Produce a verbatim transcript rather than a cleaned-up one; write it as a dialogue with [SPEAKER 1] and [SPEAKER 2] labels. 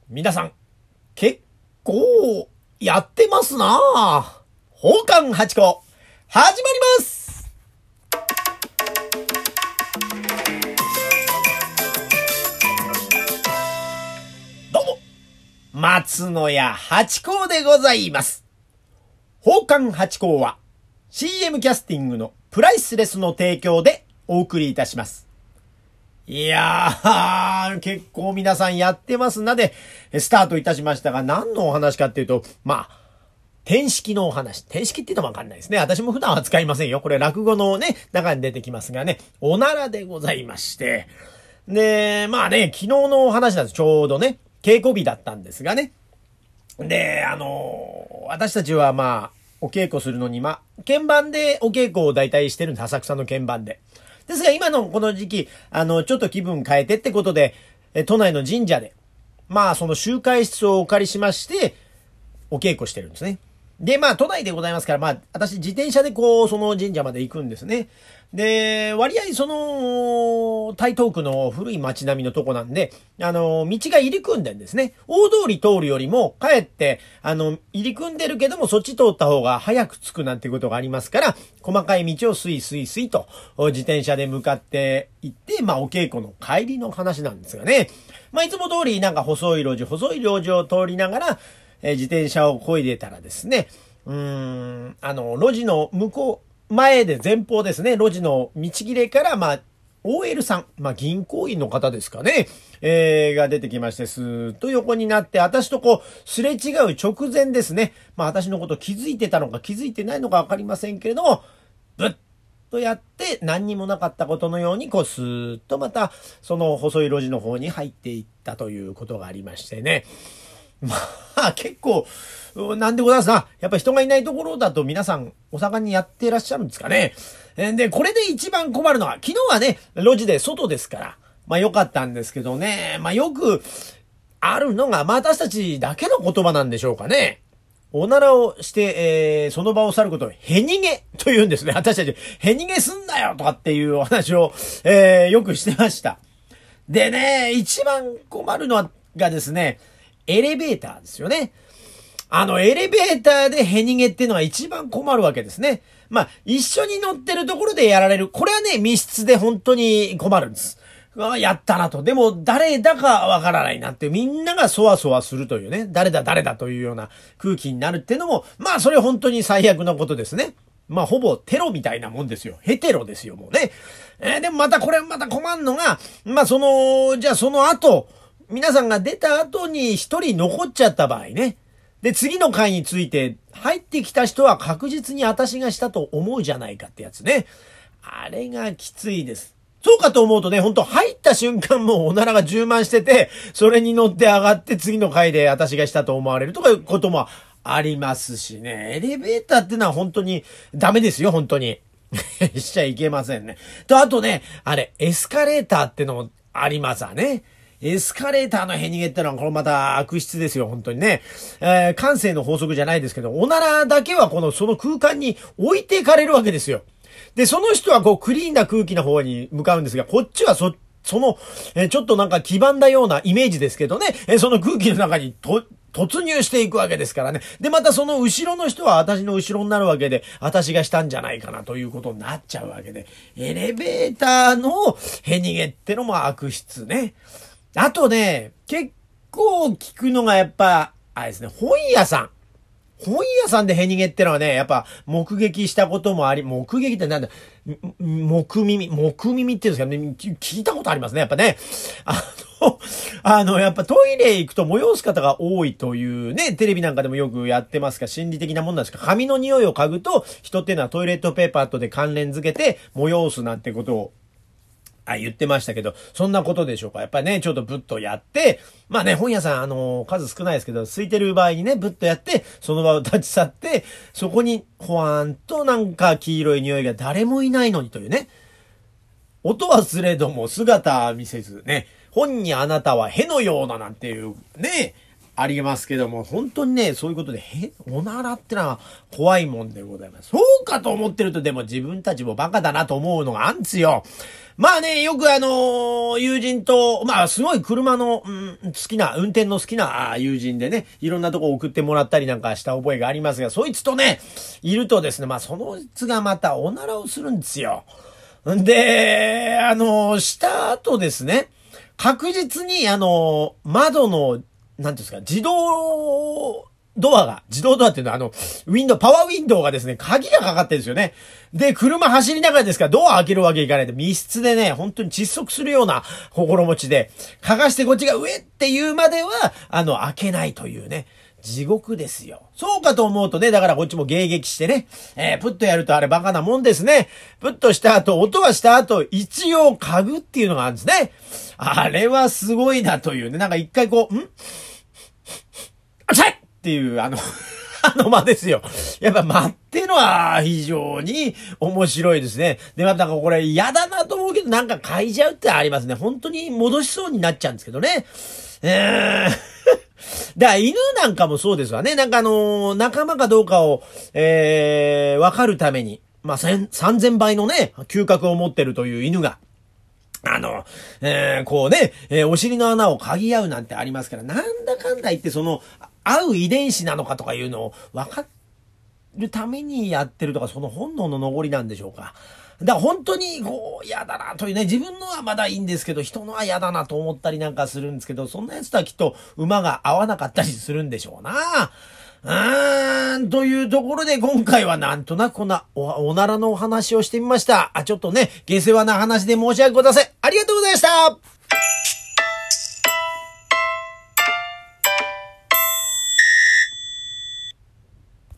[SPEAKER 1] 皆さん、結構やってますなあ。宝冠八甲、始まります。どうも、松野屋八甲でございます。宝冠八甲は シーエム キャスティングのプライスレスの提供でお送りいたします。いやー、結構皆さんやってますなで、スタートいたしましたが、何のお話かっていうと、まあ、天式のお話。天式って言うとわかんないですね。私も普段は使いませんよ。これ落語のね、中に出てきますがね、おならでございまして。で、まあね、昨日のお話なんです。ちょうどね、稽古日だったんですがね。で、あのー、私たちはまあ、お稽古するのに、まあ、鍵盤でお稽古を大体してるんです。浅草の鍵盤で。ですが今のこの時期、あの、ちょっと気分変えてってことで、え都内の神社で、まあその集会室をお借りしまして、お稽古してるんですね。で、まあ都内でございますから、まあ私自転車でこう、その神社まで行くんですね。で、割合その、台東区の古い街並みのとこなんで、あの、道が入り組んでんですね。大通り通るよりも、かえって、あの、入り組んでるけども、そっち通った方が早く着くなんていうことがありますから、細かい道をスイスイスイと、自転車で向かって行って、まあお稽古の帰りの話なんですがね。まあいつも通りなんか細い路地、細い路地を通りながら、え自転車を漕いでたらですね、うーん、あの、路地の向こう、前で前方ですね、路地の道切れから、まあ、オーエル さん、まあ、銀行員の方ですかね、えー、が出てきまして、スーッと横になって、私とこう、すれ違う直前ですね、まあ、私のこと気づいてたのか気づいてないのかわかりませんけれども、ぶっとやって、何にもなかったことのように、こう、スーッとまた、その細い路地の方に入っていったということがありましてね、まあ結構、なんでございますな。やっぱり人がいないところだと皆さんお盛んにやっていらっしゃるんですかね。で、これで一番困るのは、昨日はね、路地で外ですから、まあ良かったんですけどね、まあよくあるのが、まあ私たちだけの言葉なんでしょうかね。おならをして、えー、その場を去ることをへにげと言うんですね。私たち、へにげすんなよとかっていうお話を、えー、よくしてました。でね、一番困るのはがですね、エレベーターですよね。あの、エレベーターでへにげっていうのが一番困るわけですね。まあ、一緒に乗ってるところでやられる。これはね、密室で本当に困るんです。やったなと。でも、誰だかわからないなって、みんながそわそわするというね、誰だ誰だというような空気になるっていうのも、まあ、それは本当に最悪なことですね。まあ、ほぼテロみたいなもんですよ。ヘテロですよ、もうね。えー、でもまたこれまた困るのが、まあ、その、じゃあその後、皆さんが出た後に一人残っちゃった場合ね。で、次の回について入ってきた人は確実に私がしたと思うじゃないかってやつね。あれがきついです。そうかと思うとね、ほんと入った瞬間もうおならが充満してて、それに乗って上がって次の回で私がしたと思われるとかいうこともありますしね。エレベーターってのは本当にダメですよ、本当に。しちゃいけませんね。と、あとね、あれ、エスカレーターってのもありますわね。エスカレーターのへにげってのはこれまた悪質ですよ、本当にね。えー、感性の法則じゃないですけど、おならだけはこの、その空間に置いていかれるわけですよ。で、その人はこう、クリーンな空気の方に向かうんですが、こっちはそ、その、えー、ちょっとなんか黄ばんだようなイメージですけどね、えー、その空気の中にと、突入していくわけですからね。で、またその後ろの人は私の後ろになるわけで、私がしたんじゃないかなということになっちゃうわけで、エレベーターのへにげってのも悪質ね。あとね、結構聞くのがやっぱ、あれですね、本屋さん。本屋さんでへにげってのはね、やっぱ目撃したこともあり、目撃ってなんだ、目耳、目耳っていうんですかね、聞いたことありますね、やっぱね。あの、あの、やっぱトイレ行くと催す方が多いというね、テレビなんかでもよくやってますが、心理的なもんなんですか。髪の匂いを嗅ぐと、人っていうのはトイレットペーパーとで関連付けて催すなんてことを、あ、言ってましたけど、そんなことでしょうか。やっぱりね、ちょっとぶっとやって、まあね、本屋さん、あのー、数少ないですけど、空いてる場合にね、ぶっとやって、その場を立ち去って、そこに、ほわーんとなんか黄色い匂いが誰もいないのにというね。音はすれども姿見せずね、本にあなたはへのようななんていうね、ありますけども、本当にね、そういうことで、へ、おならってのは怖いもんでございます。そうかと思ってると、でも自分たちもバカだなと思うのがあんですよ。まあね、よくあのー、友人と、まあすごい車の、うん、好きな、運転の好きな友人でね、いろんなとこ送ってもらったりなんかした覚えがありますが、そいつとね、いるとですね、まあそのいつがまたおならをするんですよ。んで、あのー、した後ですね、確実にあのー、窓の、なんていうんですか、自動、ドアが、自動ドアっていうのはあの、ウィンドウ、パワーウィンドウがですね、鍵がかかってるんですよね。で、車走りながらですから、ドア開けるわけいかないで、密室でね、本当に窒息するような心持ちで、かがしてこっちが上っていうまでは、あの、開けないというね、地獄ですよ。そうかと思うとね、だからこっちも迎撃してね、えー、プッとやるとあれバカなもんですね。プッとした後、音はした後、一応嗅ぐっていうのがあるんですね。あれはすごいなというね、なんか一回こう、んあっちゃいっていう、あの、あの間ですよ。やっぱ間ってのは非常に面白いですね。で、またこれ嫌だなと思うけど、なんか嗅いじゃうってありますね。本当に戻しそうになっちゃうんですけどね。えーだから犬なんかもそうですわね。なんかあのー、仲間かどうかを、えー、わかるために、まあ、さんぜんばいのね、嗅覚を持ってるという犬が、あの、えー、こうね、えー、お尻の穴を嗅ぎ合うなんてありますから、なんだかんだ言ってその、合う遺伝子なのかとかいうのを分かるためにやってるとか、その本能の残りなんでしょうか。だから本当にこう嫌だなというね、自分のはまだいいんですけど、人のは嫌だなと思ったりなんかするんですけど、そんなやつとはきっと馬が合わなかったりするんでしょうな。うーん、というところで今回はなんとなくこんなお、おならのお話をしてみました。あ、ちょっとね、下世話な話で申し訳ございません。ありがとうございました。